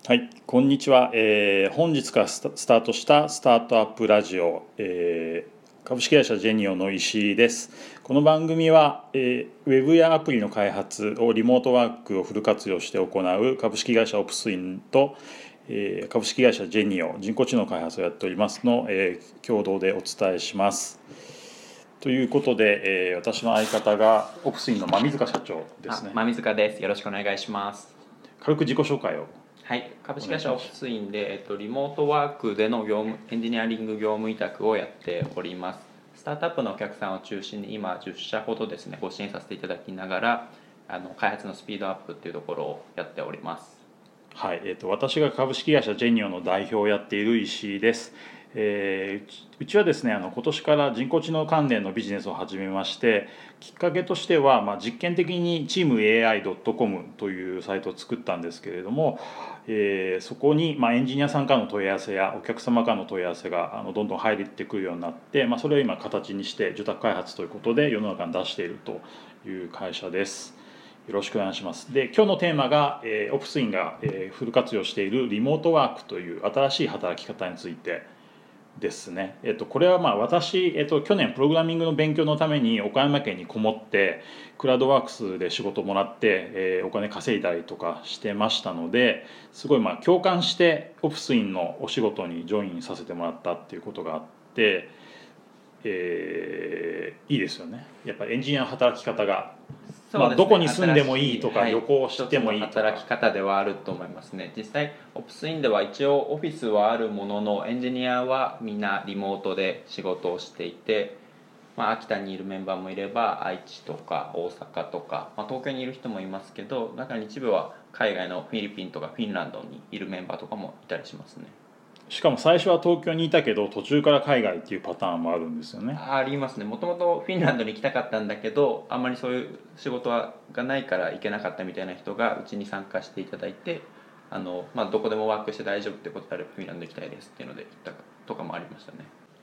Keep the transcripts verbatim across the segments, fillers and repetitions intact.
はい、こんにちは、えー本日からスタスタートしたスタートアップラジオ、えー株式会社ジェニオの石井です。この番組は、えーウェブやアプリの開発をリモートワークをフル活用して行う株式会社オプスインと、えー株式会社ジェニオ人工知能開発をやっておりますの、えー共同でお伝えします。ということで、えー私の相方がオプスインの馬水塚社長ですね。 馬水塚です。よろしくお願いします。 軽く自己紹介を。 はい、株式会社オプスインで、えっと、リモートワークでの業務エンジニアリング業務委託をやっております。スタートアップのお客さんを中心に今じゅっ社ほどですねご支援させていただきながらあの開発のスピードアップっていうところをやっております。 はい、えー、と私が株式会社ジェニオの代表をやっている石井です。えーうちうちはですねあの今年から人工知能関連のビジネスを始めまして、きっかけとしては、まあ、実験的にチーム エーアイドットコム というサイトを作ったんですけれども、えーそこに、まあ、エンジニアさんからの問い合わせやお客様からの問い合わせがあのどんどん入ってくるようになって、まあ、それを今形にして受託開発ということで世の中に出しているという会社です。よろしくお願いします。で、今日のテーマが、えー、オプスインが、えーフル活用しているリモートワークという新しい働き方についてですね。えっと、これはまあ私、えっと、去年プログラミングの勉強のために岡山県にこもってクラウドワークスで仕事をもらって、えーお金稼いだりとかしてましたので、すごいまあ共感してオプスインのお仕事にジョインさせてもらったっていうことがあって、えーいいですよね。やっぱりエンジニアの働き方が、まあ、どこに住んでもいいとか旅行してもいいとか、 働き方ではあると思いますね。実際オプスインでは一応オフィスはあるもののエンジニアはみんなリモートで仕事をしていて、まあ、秋田にいるメンバーもいれば愛知とか大阪とか、まあ、東京にいる人もいますけど、中に一部は海外のフィリピンとかフィンランドにいるメンバーとかもいたりしますね。 しかも最初は東京にいたけど途中から海外っていうパターンもあるんですよね。 ありますね。もともとフィンランドに行きたかったんだけどあんまりそういう仕事がないから行けなかったみたいな人がうちに参加していただいて、あの、まあ、どこでもワークして大丈夫ってことであればフィンランド行きたいですっていうので行ったとかもありましたね。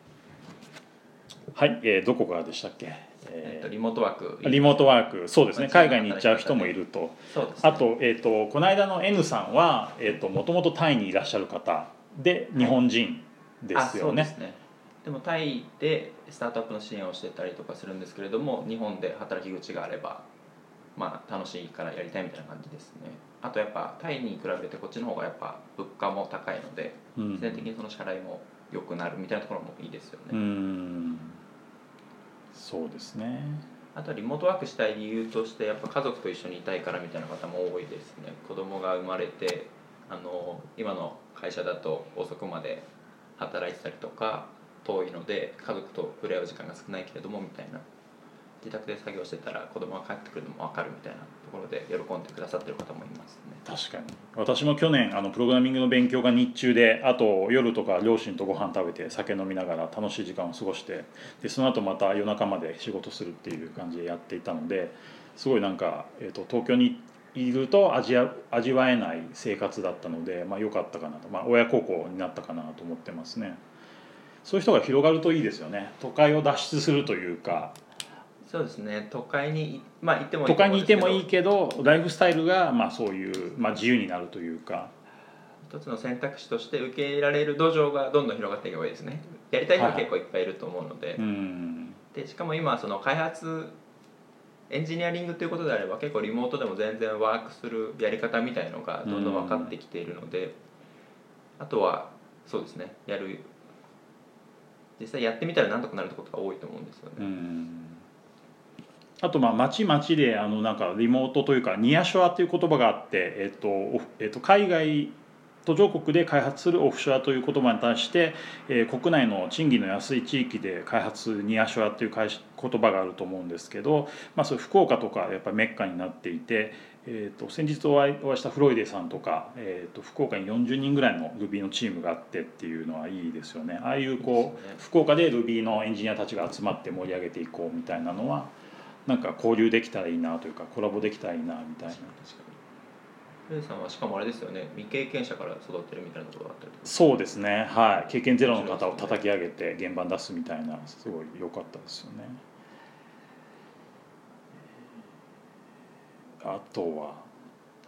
はい、えーどこからでしたっけ。 えっと、リモートワークリモートワーク、そうですね、海外に行っちゃう人もいると。 そうですね、 あと、えー、とこの間の N さんはもともとタイにいらっしゃる方で日本人ですよね。 あ、そうですね。でもタイでスタートアップの支援をしてたりとかするんですけれども、日本で働き口があれば、まあ、楽しいからやりたいみたいな感じですね。あとやっぱタイに比べてこっちの方がやっぱ物価も高いので、 うん必然的にその支払いも良くなるみたいなところもいいですよね。 うーんそうですね。 あとはリモートワークしたい理由としてやっぱ家族と一緒にいたいからみたいな方も多いですね。子供が生まれて、あの今の会社だと遅くまで働いてたりとか遠いので家族と触れ合う時間が少ないけれどもみたいな、自宅で作業してたら子供が帰ってくるのも分かるみたいなところで喜んでくださってる方もいますね。 確かに私も去年あのプログラミングの勉強が日中で、あと夜とか両親とご飯食べて酒飲みながら楽しい時間を過ごして、でその後また夜中まで仕事するっていう感じでやっていたので、すごいなんか、えー、と東京にいると味わ味わえない生活だったので、まあ、良かったかなと、まあ、親孝行になったかなと思ってますね。そういう人が広がるといいですよね。都会を脱出するというか、 そうですね。都会に、まあ、行ってもい都いと会にいても思うんですけど、 いいけどライフスタイルがまあそういう、まあ、自由になるというか。 一つの選択肢として受け入れられる土壌がどんどん広がっていけばいいですね。やりたい人は結構いっぱいいると思うので、 はいはい、うんでしかも今その開発エンジニアリングということであれば結構リモートでも全然ワークするやり方みたいのがどんどん分かってきているので、あとはそうですね、やる実際やってみたらなんとかなることが多いと思うんですよね。 うんあとまあ町々であのなんかリモートというかニアショアという言葉があって、えっとえっと、海外途上国で開発するオフショアという言葉に対して、えー国内の賃金の安い地域で開発ニアショアという会言葉があると思うんですけど、まあ、そういう福岡とかやっぱりメッカになっていて、えー、と先日お会いお会いしたフロイデさんとか、えー、と福岡によんじゅうにんぐらいの Ruby のチームがあってっていうのはいいですよね。ああいうこう、 いいですね。 福岡で Ruby のエンジニアたちが集まって盛り上げていこうみたいなのはなんか交流できたらいいなというかコラボできたらいいなみたいな。 確かに。レイさんはしかもあれですよね、未経験者から育ってるみたいなところがあったりとか。 そうですね、はい、経験ゼロの方を叩き上げて現場に出すみたいな、すごい良かったですよね。あとは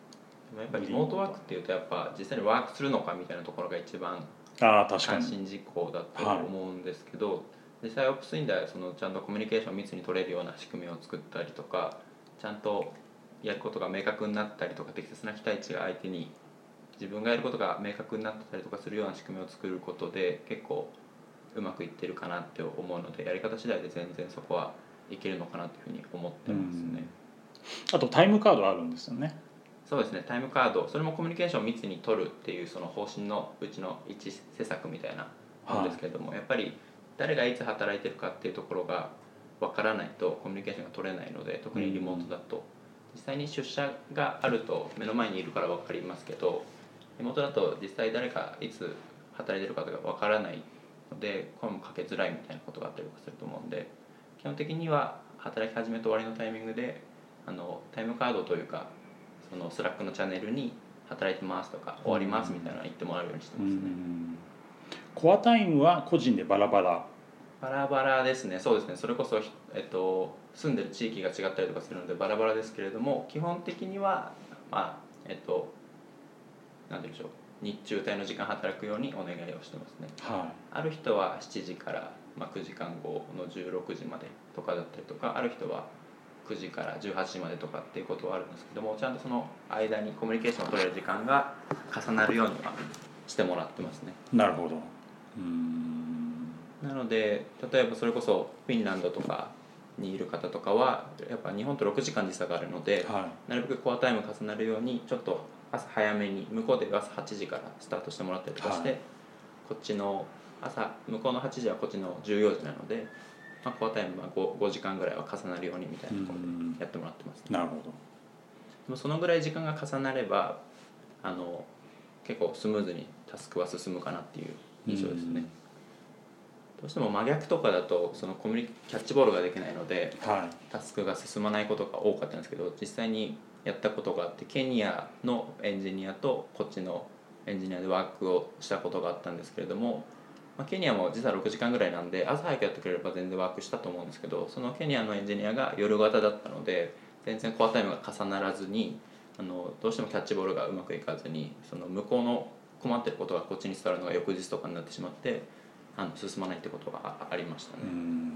もやっぱりリモートワークっていうとやっぱ実際にワークするのかみたいなところが一番あ確かに関心事項だと思うんですけど、はい、実際オプスインではそのちゃんとコミュニケーションを密に取れるような仕組みを作ったりとか、ちゃんとやることが明確になったりとか、適切な期待値が相手に自分がやることが明確になってたりとかするような仕組みを作ることで結構うまくいってるかなって思うので、やり方次第で全然そこはいけるのかなというふうに思ってますね。 あとタイムカードあるんですよね。 そうですね、タイムカード、それもコミュニケーションを密に取るっていうその方針のうちの一施策みたいなものですけれども、はい、やっぱり誰がいつ働いてるかっていうところがわからないとコミュニケーションが取れないので、特にリモートだと、実際に出社があると目の前にいるから分かりますけど、リモートだと実際誰がいつ働いてるかとか分からないので、声もかけづらいみたいなことがあったりとかすると思うんで、基本的には働き始めと終わりのタイミングであのタイムカードというか、そのスラックのチャンネルに働いてますとか終わりますみたいなのを言ってもらうようにしてますね。うん、 コアタイムは個人でバラバラバラバラですね。そうですね、それこそ、えっと、住んでる地域が違ったりとかするのでバラバラですけれども、基本的にはまあえっと何て言うんでしょう、日中帯の時間働くようにお願いをしてますね。 はい、 ある人はしちじから、まあ、くじかんごのじゅうろくじまでとかだったりとか、ある人はくじからじゅうはちじまでとかっていうことはあるんですけども、ちゃんとその間にコミュニケーションを取れる時間が重なるようにはしてもらってますね。 なるほど。うーんなので例えばそれこそフィンランドとかにいる方とかはやっぱ日本とろくじかん時差があるので、 はい、 なるべくコアタイム重なるようにちょっと朝早めに、向こうで朝はちじからスタートしてもらったりとかして、はい、こっちの朝向こうのはちじはこっちのじゅうよじなので、まあ、コアタイムは 5, ごじかんぐらいは重なるようにみたいなところでやってもらってます、ね、 なるほど。でもそのぐらい時間が重なればあの結構スムーズにタスクは進むかなっていう印象ですね。どうしても真逆とかだとそのコミュニキャッチボールができないので、はい、タスクが進まないことが多かったんですけど、実際にやったことがあって、ケニアのエンジニアとこっちのエンジニアでワークをしたことがあったんですけれども、まあ、ケニアも実はろくじかんぐらいなんで朝早くやってくれれば全然ワークしたと思うんですけど、そのケニアのエンジニアが夜型だったので全然コアタイムが重ならずに、あのどうしてもキャッチボールがうまくいかずに、その向こうの困ってることがこっちに伝わるのが翌日とかになってしまって、あの進まないってことがありましたね。 うん、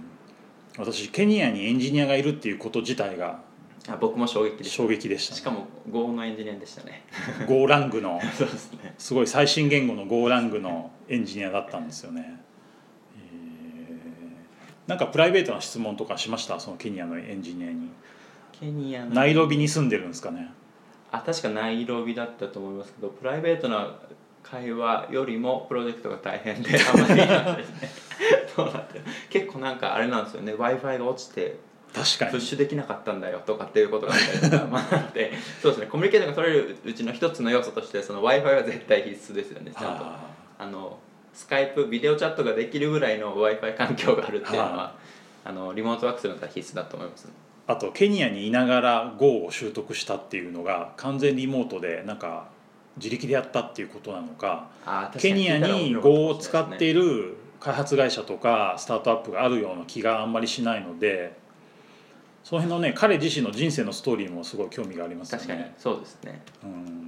私ケニアにエンジニアがいるっていうこと自体があ僕も衝撃でした。 衝撃でした、ね、 しかも Go のエンジニアでしたね。 Go ラングのそうですね、 すごい最新言語の Go ラングのエンジニアだったんですよね。えー、なんかプライベートな質問とかしました？そのケニアのエンジニアに。 ケニアのナイロビに住んでるんですかね。 あ、確かナイロビだったと思いますけど、プライベートな会話よりもプロジェクトが大変であんまりなんですね。そうなんですよ。結構なんかあれなんですよね、 Wi-Fi が落ちて確かにプッシュできなかったんだよとかっていうことがあったりとか、まあ、なのでそうですね、コミュニケーションが取れるうちの一つの要素としてその Wi-Fi は絶対必須ですよね。ちゃんとあのスカイプビデオチャットができるぐらいの Wi-Fi 環境があるっていうのはあのリモートワークするのは必須だと思います、ね。 あとケニアにいながら Go を習得したっていうのが完全リモートでなんか自力でやったっていうことなのか、ケニアに Go を使っている開発会社とかスタートアップがあるような気があんまりしないので、その辺のね彼自身の人生のストーリーもすごい興味がありますよね。 確かにそうですね。 うん、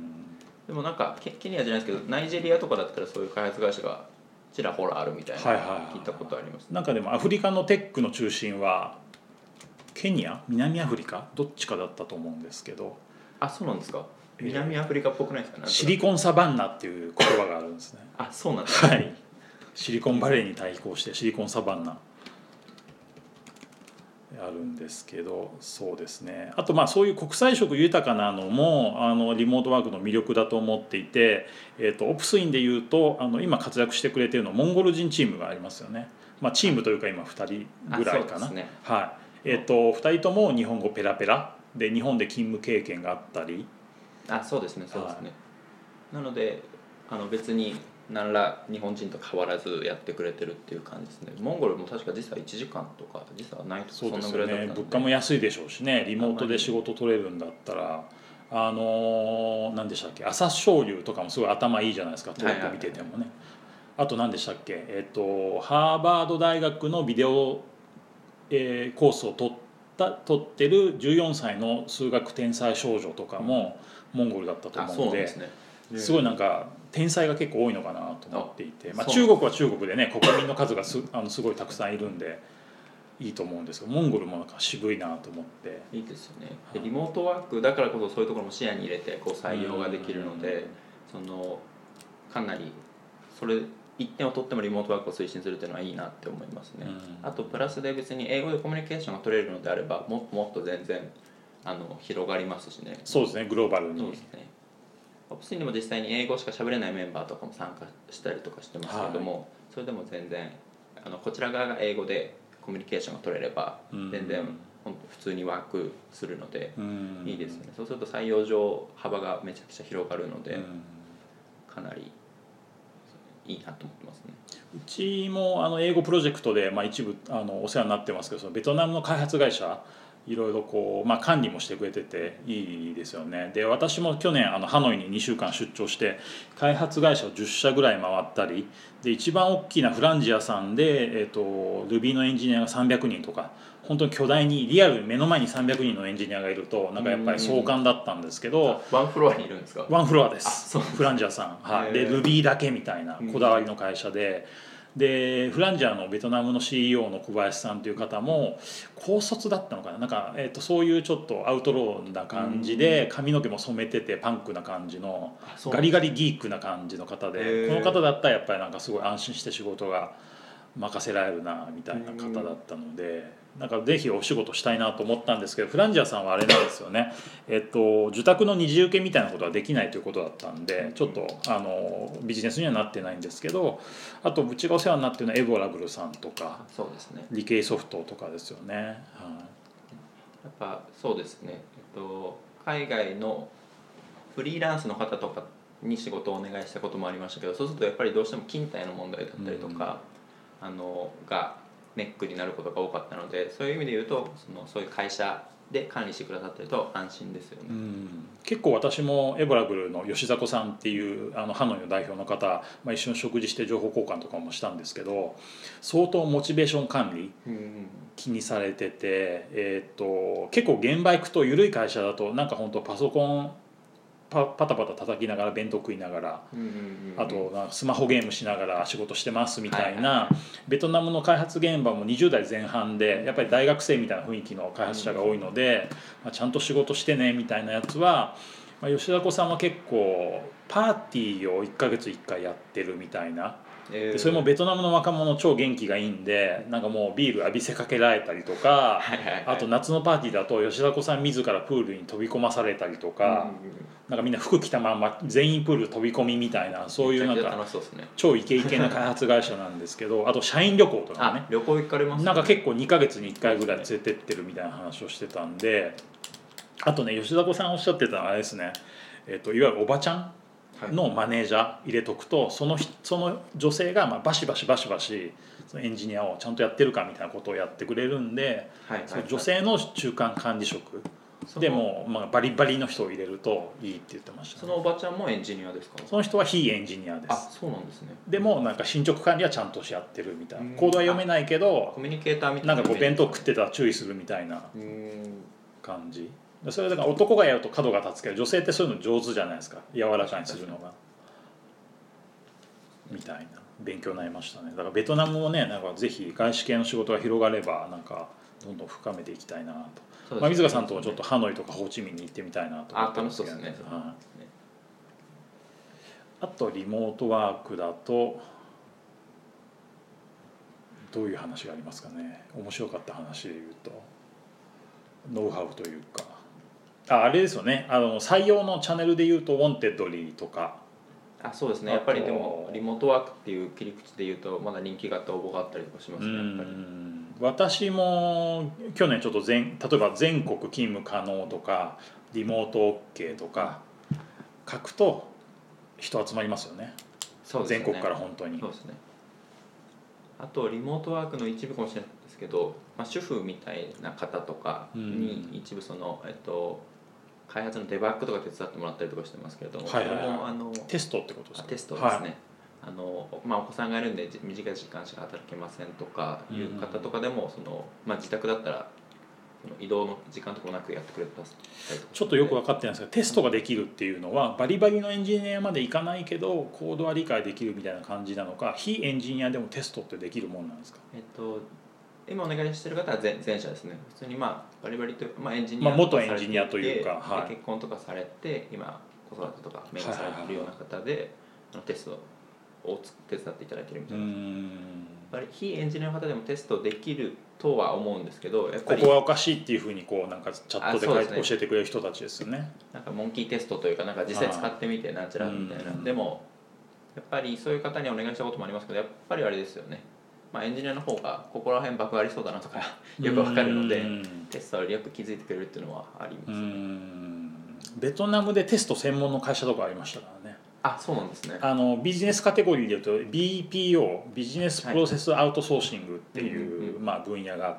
でもなんか ケ, ケニアじゃないですけどナイジェリアとかだったらそういう開発会社がちらほらあるみたいな聞いたことあります、ね。 なんかでもアフリカのテックの中心はケニア、南アフリカどっちかだったと思うんですけど。 あ、そうなんですか。南アフリカっぽくないですかね。 シリコンサバンナっていう言葉があるんですね。 あ、そうなんですか。 はい。シリコンバレーに対抗してシリコンサバンナあるんですけど、そうですね。あとまあそういう国際色豊かなのもあのリモートワークの魅力だと思っていて、えーと、オプスインでいうとあの今活躍してくれているのはモンゴル人チームがありますよね。まあチームというか今ふたりぐらいかな。そうですね。はい。えーとふたりとも日本語ペラペラで日本で勤務経験があったり。 あ、そうですね、そうですね。なのであの別に何ら日本人と変わらずやってくれてるっていう感じですね。モンゴルも確か時差いちじかんとか時差ないとかそんなぐらいだったので、そうですよね。 物価も安いでしょうしね。リモートで仕事取れるんだったらあの何でしたっけ、朝青龍とかもすごい頭いいじゃないですか、トップ見ててもね、はいはいはい、あと何でしたっけ、えっとハーバード大学のビデオ、えー、コースを取った取ってるじゅうよんさいの数学天才少女とかもモンゴルだったとあ、 思うので、 そうなんですね。 すごいなんか天才が結構多いのかなと思っていて、まあ、 そう中国は中国でね国民の数がすあのすごいたくさんいるんでいいと思うんですけど、モンゴルもなんか渋いなと思って。 いいですよね。でリモートワークだからこそそういうところも視野に入れてこう採用ができるので、そのかなりそれ一点を取ってもリモートワークを推進するっていうのはいいなって思いますね。あとプラスで別に英語でコミュニケーションが取れるのであればもっともっと全然あの広がりますしね。 そうですね、グローバルに。 そうですね。オプスにも実際に英語しか喋れないメンバーとかも参加したりとかしてますけども、はい、それでも全然あのこちら側が英語でコミュニケーションが取れれば全然本当普通にワークするのでいいですよね。そうすると採用上幅がめちゃくちゃ広がるのでかなりいいなと思ってますね。 うちもあの英語プロジェクトで、まあ、一部あのお世話になってますけど、そのベトナムの開発会社いろいろこう、まあ、管理もしてくれてていいですよね。で私も去年あのハノイににしゅうかん出張して開発会社をじゅっしゃぐらい回ったりで、一番大きなフランジアさんで、えー、と Ruby のエンジニアがさんびゃくにんとか本当に巨大にリアルに目の前にさんびゃくにんのエンジニアがいるとなんかやっぱり壮観だったんですけど、 ワンフロアにいるんですか？ ワンフロアです。 そうです。 フランジアさん、はい、で Ruby だけみたいなこだわりの会社で。でフランジャーのベトナムの シーイーオー の小林さんという方も高卒だったのかな、なんか、えー、とそういうちょっとアウトローな感じで髪の毛も染めててパンクな感じのガリガリギークな感じの方で、この方だったらやっぱりなんかすごい安心して仕事が任せられるなみたいな方だったので、なんかぜひお仕事したいなと思ったんですけど、フランジャーさんはあれなんですよね、えっと受託の二次受けみたいなことはできないということだったんで、ちょっとあのビジネスにはなってないんですけど、あとうちがお世話になってるのはエボラブルさんとか、 そうですね、 理系ソフトとかですよね、はい、 やっぱそうですね、えっと、海外のフリーランスの方とかに仕事をお願いしたこともありましたけど、そうするとやっぱりどうしても勤怠の問題だったりとか、うん、あのがネックになることが多かったので、そういう意味で言うとそのそういう会社で管理してくださってると安心ですよね。 うん、結構私もエボラブルの吉迫さんっていうあのハノイの代表の方、まあ、一緒に食事して情報交換とかもしたんですけど、相当モチベーション管理気にされてて、えー、と結構現場行くと緩い会社だとなんか本当パソコンパパタパタ叩きながら弁当食いながら、あとスマホゲームしながら仕事してますみたいな、ベトナムの開発現場もにじゅう代前半でやっぱり大学生みたいな雰囲気の開発者が多いので、まあ、ちゃんと仕事してねみたいなやつは、まあ、吉田子さんは結構パーティーをいっかげついっかいやってるみたいな。でそれもベトナムの若者超元気がいいんで、なんかもうビール浴びせかけられたりとか、あと夏のパーティーだと吉田子さん自らプールに飛び込まされたりとか、なんかみんな服着たまんま全員プール飛び込みみたいな、そういうなんか超イケイケな開発会社なんですけど、あと社員旅行とかね、 旅行行かれますね。 なんか結構にかげつにいっかいぐらい連れてってるみたいな話をしてたんで、あとね吉田子さんおっしゃってたのはあれですね、えっといわゆるおばちゃんのマネージャー入れとくと、そのその女性がまあバシバシバシバシそのエンジニアをちゃんとやってるかみたいなことをやってくれるんで、はいはいはい、その女性の中間管理職でもまあバリバリの人を入れるといいって言ってました、ね、 そのおばちゃんもエンジニアですか？ その人は非エンジニアです。 あ、そうなんですね。 でもなんか進捗管理はちゃんとやってるみたいな、コードは読めないけどコミュニケーターみたいな、 なんかこう弁当食ってたら注意するみたいな感じ。それだから男がやると角が立つけど、女性ってそういうの上手じゃないですか、柔らかにするのがみたいな勉強になりましたね。だからベトナムもね、なんかぜひ外資系の仕事が広がればなんかどんどん深めていきたいなと、ね、まあ、水川さんともちょっとハノイとかホーチミンに行ってみたいなと思ってますけどね。あ、楽しそうですね。はい、あとリモートワークだとどういう話がありますかね。面白かった話でいうとノウハウというか、あ, あれですよね、あの採用のチャンネルでいうとウォンテッドリーとか。 あ、そうですね、やっぱりでもリモートワークっていう切り口でいうとまだ人気があって応募があったりとかしますね。やっぱり私も去年ちょっと全例えば全国勤務可能とかリモート OK とか書くと人集まりますよね。そうですね、全国から本当に。 そうですね。あとリモートワークの一部かもしれないですけど、まあ、主婦みたいな方とかに一部その、えっと開発のデバッグとか手伝ってもらったりとかしてますけれども、 はいはいはい、 それもあのテストってことですか？ テストですね、はい、あのまあ、お子さんがいるんで短い時間しか働けませんとかいう方とかでもその、まあ、自宅だったらその移動の時間とかもなくやってくれたりとか。 ちょっとよく分かってないんですけど、テストができるっていうのはバリバリのエンジニアまでいかないけどコードは理解できるみたいな感じなのか、非エンジニアでもテストってできるもんなんですか？ えっと今お願いしてる方は前前者ですね。普通にまあバリバリというか、まあ、エンジニアまあ元エンジニアというか、はい、 結婚とかされて今子育てとかメインされてるような方で、あのテストを手伝っていただいてるみたいな。やっぱり非エンジニアの方でもテストできるとは思うんですけど、やっぱりここはおかしいっていうふうにこうなんかチャットで書いて、 ね、 教えてくれる人たちですよね。 なんかモンキーテストというか、なんか実際使ってみてなんちゃらみたいな。でもやっぱりそういう方にお願いしたこともありますけど、やっぱりあれですよね。まあ、エンジニアの方がここら辺バグありそうだなとかよくわかるので、テストよりよく気づいてくれるっていうのはあります、ね、 うんベトナムでテスト専門の会社とかありましたからね。 あ、そうなんですね。 あのビジネスカテゴリーでいうと ビーピーオー ビジネスプロセスアウトソーシングっていうまあ分野があって、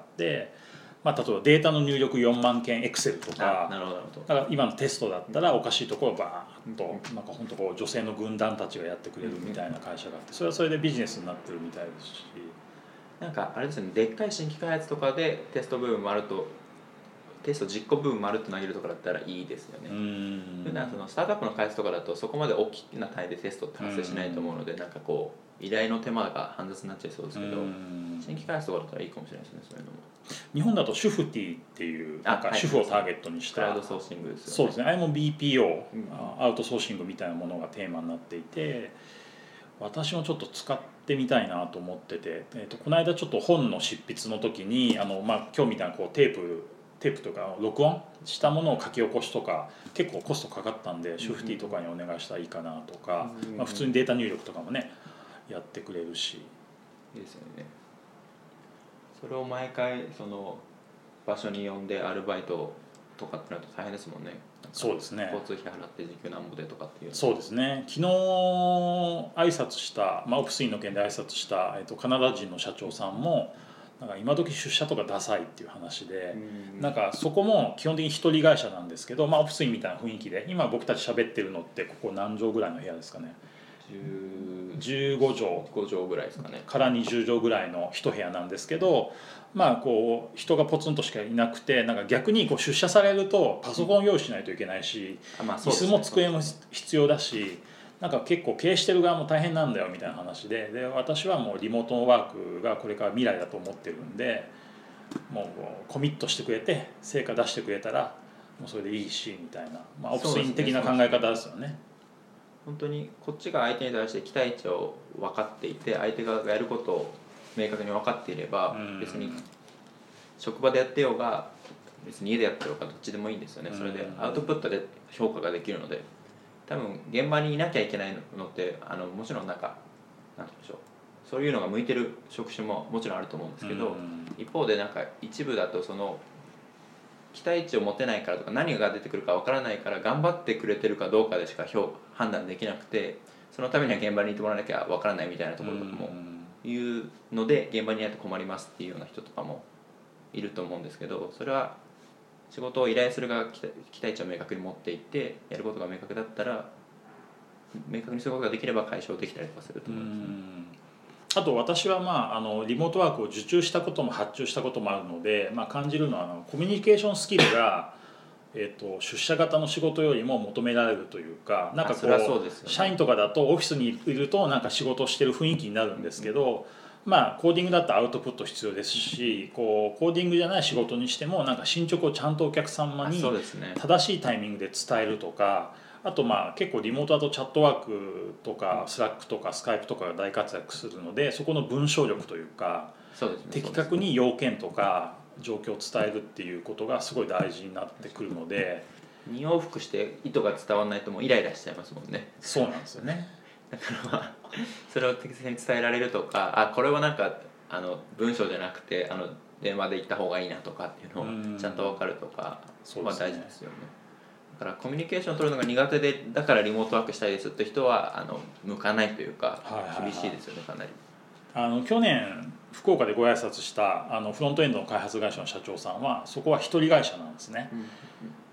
まあ、例えばデータの入力よんまんけんエクセルとか、 なるほどなるほど。 だから今のテストだったらおかしいところをバーッとなんか本当こう女性の軍団たちがやってくれるみたいな会社があって、それはそれでビジネスになってるみたいですし、 なんかあれですね、でっかい新規開発とかでテスト部分もあると、テスト実行部分もあると投げるとかだったらいいですよね。普段そのスタートアップの開発とかだとそこまで大きな単位でテストって発生しないと思うので、なんかこう依頼の手間が煩雑になっちゃいそうですけど、新規開発とかだったらいいかもしれないですね、そういうのも。 日本だとシュフティっていうなんか主婦をターゲットにした、 クラウドソーシングですよね。 そうですね、あれも ビーピーオー、うん、アウトソーシングみたいなものがテーマになっていて、私もちょっと使ってみたいなと思ってて、えー、とこの間ちょっと本の執筆の時にあの、まあ、今日みたいなこうテープテープとか録音したものを書き起こしとか結構コストかかったんで、シュフティとかにお願いしたらいいかなとか、まあ、普通にデータ入力とかもねやってくれるし。 いいですよね。それを毎回その場所に呼んでアルバイトとかってなると大変ですもんね。 そうですね。 交通費払って時給なんぼでとかっていう。 そうですね。昨日挨拶した、まあ、オプスインの件で挨拶した、えっと、カナダ人の社長さんもなんか今時出社とかダサいっていう話で、なんかそこも基本的に一人会社なんですけど、まあ、オプスインみたいな雰囲気で今僕たち喋ってるのってここ何畳ぐらいの部屋ですかね。じゅうごじょうごじょうぐらいですかねからにじゅうじょうぐらいの一部屋なんですけど、まあこう人がポツンとしかいなくて、なんか逆にこう出社されるとパソコンを用意しないといけないし、椅子も机も必要だし、なんか結構経営してる側も大変なんだよみたいな話で、で私はもうリモートワークがこれから未来だと思ってるんで、もうコミットしてくれて成果出してくれたらもうそれでいいしみたいな、まあ、オプスイン的な考え方ですよね。 本当にこっちが相手に対して期待値を分かっていて、相手側がやることを明確に分かっていれば、別に職場でやってようが別に家でやってようがどっちでもいいんですよね。それでアウトプットで評価ができるので、多分現場にいなきゃいけないのってあのもちろんなんかなんて言うんでしょう、そういうのが向いてる職種ももちろんあると思うんですけど、一方でなんか一部だとその期待値を持てないからとか何が出てくるかわからないから頑張ってくれてるかどうかでしか評判断できなくて、そのためには現場にいてもらわなきゃわからないみたいなところとかもいうので、現場にいないと困りますっていうような人とかもいると思うんですけど、それは仕事を依頼する側が期待値を明確に持っていて、やることが明確だったら明確にすることができれば解消できたりとかすると思いますね。 あと私は、まあ、あのリモートワークを受注したことも発注したこともあるので、まあ、感じるのはあのコミュニケーションスキルが、えー、と出社型の仕事よりも求められるというか、なんかこう、 そうですよね、 社員とかだとオフィスにいるとなんか仕事をしてる雰囲気になるんですけど、まあ、コーディングだとアウトプット必要ですし、こうコーディングじゃない仕事にしてもなんか進捗をちゃんとお客様に正しいタイミングで伝えるとか、あとまあ結構リモートだとチャットワークとかスラックとかスカイプとかが大活躍するので、そこの文章力というか、的確に要件とか状況を伝えるっていうことがすごい大事になってくるので、 に往復して意図が伝わらないともうイライラしちゃいますもんね。 そうなんですよね。 だからまあそれを適切に伝えられるとか、あこれはなんかあの文章じゃなくてあの電話で言った方がいいなとかっていうのをちゃんと分かるとか、まあ大事ですよね。だからコミュニケーションを取るのが苦手で、だからリモートワークしたいですって人はあの向かないというか、厳しいですよね、かなり。 あの去年福岡でご挨拶したあのフロントエンドの開発会社の社長さんはそこは一人会社なんですね。うんうん、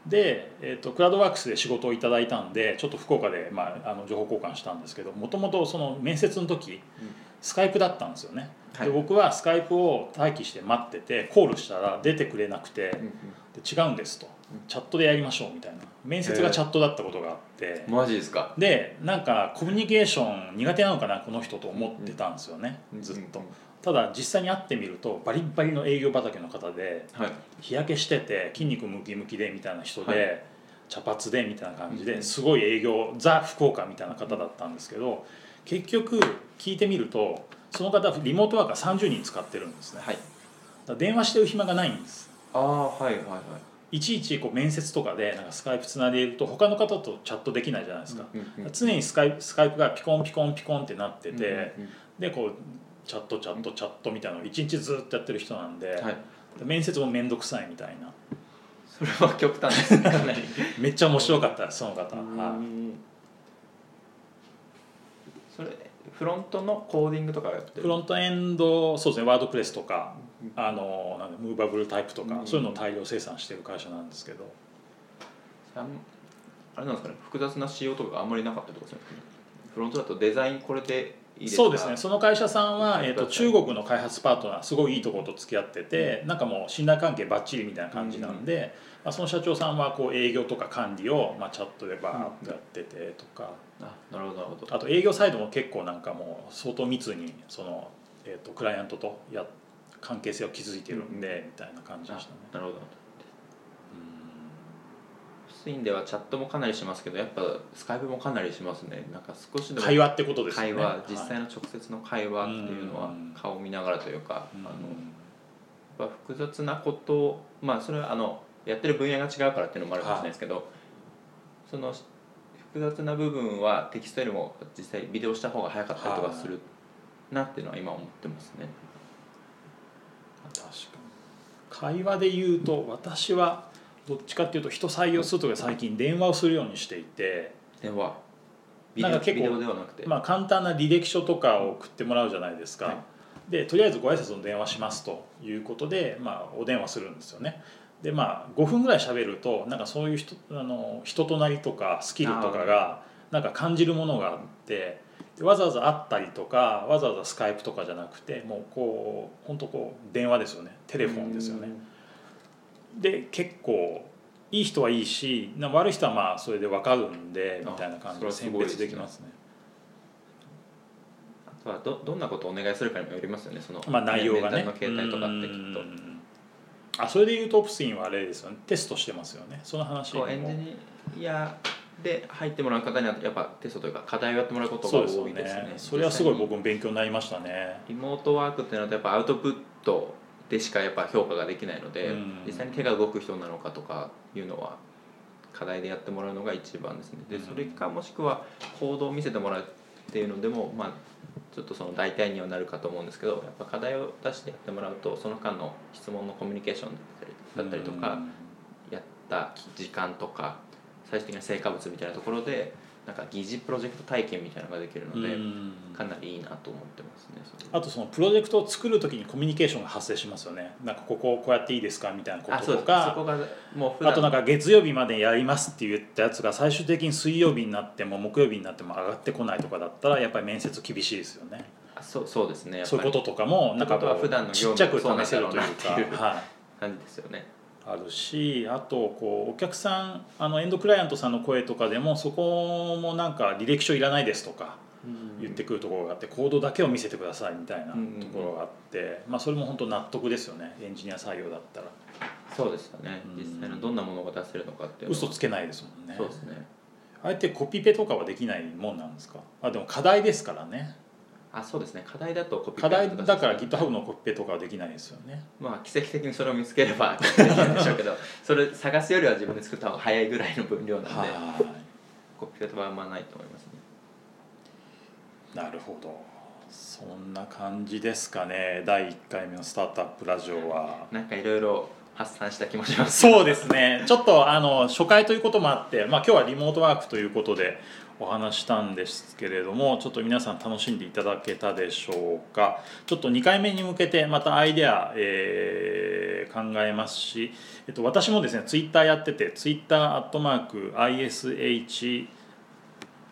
で、えーと、クラウドワークスで仕事をいただいたんでちょっと福岡で、まあ、あの情報交換したんですけど、もともとその面接の時、うん、 スカイプだったんですよね、 はい、 で僕はスカイプを待機して待っててコールしたら出てくれなくて、 うんうん、 で違うんですと、チャットでやりましょうみたいな、面接がチャットだったことがあって、 マジですか。 でなんかコミュニケーション苦手なのかなこの人と思ってたんですよね、 うんうん、 ずっと、 うんうん、 ただ実際に会ってみるとバリッバリの営業畑の方で、 はい、 日焼けしてて筋肉ムキムキでみたいな人で、はい、茶髪でみたいな感じで、 うんうん、 すごい営業ザ福岡みたいな方だったんですけど、結局聞いてみるとその方リモートワーカーさんじゅうにん使ってるんですね、はい、だから電話してる暇がないんです。 ああ、はいはいはい。 いちいちこう面接とかでなんかスカイプつないでいると他の方とチャットできないじゃないですか、うんうんうん、常にスカイプ、スカイプがピコンピコンピコンってなってて、うんうんうん、でこうチャットチャットチャットみたいなのをいちにちずっとやってる人なんで、はい、面接も面倒くさいみたいな。 それは極端ですね。 めっちゃ面白かったですその方。はい、 それフロントのコーディングとかやってる？ フロントエンド、そうですね、ワードプレスとか、うん、あのなんムーバブルタイプとか、うん、そういうのを大量生産している会社なんですけど、 あれなんですかね、複雑な仕様とかがあんまりなかったってことですね。フロントだとデザインこれでいいですか？ そうですね、その会社さんは、えーと、中国の開発パートナーすごいいいところと付き合ってて、うん、なんかもう信頼関係バッチリみたいな感じなんで、うん、まあ、その社長さんはこう営業とか管理を、まあ、チャットでバーッとやっててとか、 うん、あ、なるほどなるほど。 あと営業サイドも結構なんかもう相当密にその、えーと、クライアントとや関係性を築いてるんで、うん、みたいな感じでしたね。 なるほど。スインではチャットもかなりしますけど、やっぱスカイプもかなりしますね。なんか少しでも会話ってことですね。 会話、実際の直接の会話っていうのは顔を見ながらというか、あのやっぱ複雑なことを、まあそれはあのやってる分野が違うからっていうのもあるかもしれないですけど、はい、その複雑な部分はテキストよりも実際ビデオした方が早かったりとかするなっていうのは今思ってますね。 確かに会話で言うと私はどっちかっていうと人採用するときは最近電話をするようにしていて、 電話ビデオ、なんか結構ビデオではなくて、 まあ、簡単な履歴書とかを送ってもらうじゃないですか、はい、でとりあえずご挨拶の電話しますということで、まあ、お電話するんですよね。でまあごふんぐらい喋るとなんかそういう 人, あの人となりとかスキルとかがなんか感じるものがあって、わざわざ会ったりとかわざわざスカイプとかじゃなくてもうこう本当こう電話ですよね、テレフォンですよね。で結構いい人はいいし悪い人はまあそれで分かるんでみたいな感じで選別できますね。 あとは ど, どんなことをお願いするかにもよりますよね、その、 まあ、内容がね。 メンタルの形態とかってきっと。 あそれでいうとオプスインはあれですよね、テストしてますよね、その話も。 エンジニアで入ってもらう方にはやっぱテストというか課題をやってもらうことが多いですね。そうですよね。 それはすごい僕も勉強になりましたね。 リモートワークってなるとやっぱアウトプットでしかやっぱ評価ができないので、実際に手が動く人なのかとかいうのは課題でやってもらうのが一番ですね。でそれかもしくはコードを見せてもらうっていうのでも、まあちょっとその代替にはなるかと思うんですけど、やっぱ課題を出してやってもらうとその間の質問のコミュニケーションだったりとか、やった時間とか最終的な成果物みたいなところでなんか疑似プロジェクト体験みたいなのができるので、かなりいいなと思ってますね。 あとそのプロジェクトを作るときにコミュニケーションが発生しますよね。なんかこここうやっていいですかみたいなこととか、 あ, そこがもう普段あとなんか月曜日までやりますって言ったやつが最終的に水曜日になっても木曜日になっても上がってこないとかだったらやっぱり面接厳しいですよね。 あ そ, そうですね。 そういうこととかもなんかこうちっちゃく試せるというか、はい、 感じですよね。 あるし、あとこうお客さんあのエンドクライアントさんの声とかでもそこもなんか履歴書いらないですとか言ってくるところがあって、コードだけを見せてくださいみたいなところがあって、まあそれも本当納得ですよね、エンジニア採用だったら。 そうですよね。実際のどんなものが出せるのかっていうのは嘘つけないですもんね。 そうですね。 あえてコピペとかはできないもんなんですか？あでも課題ですからね。 あそうですね、課題だとコピペ課題だから GitHub のコピペとかはできないですよね。 まあ奇跡的にそれを見つければできるんでしょうけどそれ探すよりは自分で作った方が早いぐらいの分量なんでコピペとはあんまないと思いますね。 なるほど、そんな感じですかね。だいいっかいめのスタートアップラジオはなんかいろいろ発散した気もします。 そうですね、ちょっとあの初回ということもあって、まあ、今日はリモートワークということでお話したんですけれども、ちょっと皆さん楽しんでいただけたでしょうか。ちょっとにかいめに向けてまたアイデア、えー、考えますし、えっと、私もですねツイッターやっててツイッターアットマーク アイエスエイチ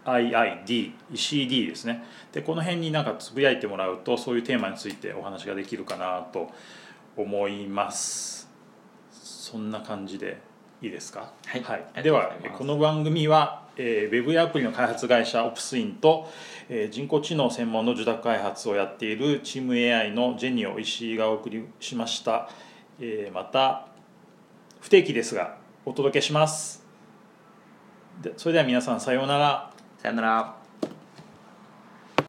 アイアイディー 石井 D ですね。でこの辺になんかつぶやいてもらうとそういうテーマについてお話ができるかなと思います。そんな感じでいいですか。 はい、 はい、 ありではがとうございます。 この番組は、えー、ウェブやアプリの開発会社オプスインと、えー、人工知能専門の受託開発をやっているチーム エーアイ のジェニオ石井がお送りしました。えー、また不定期ですがお届けします。でそれでは皆さんさようなら。 さよなら。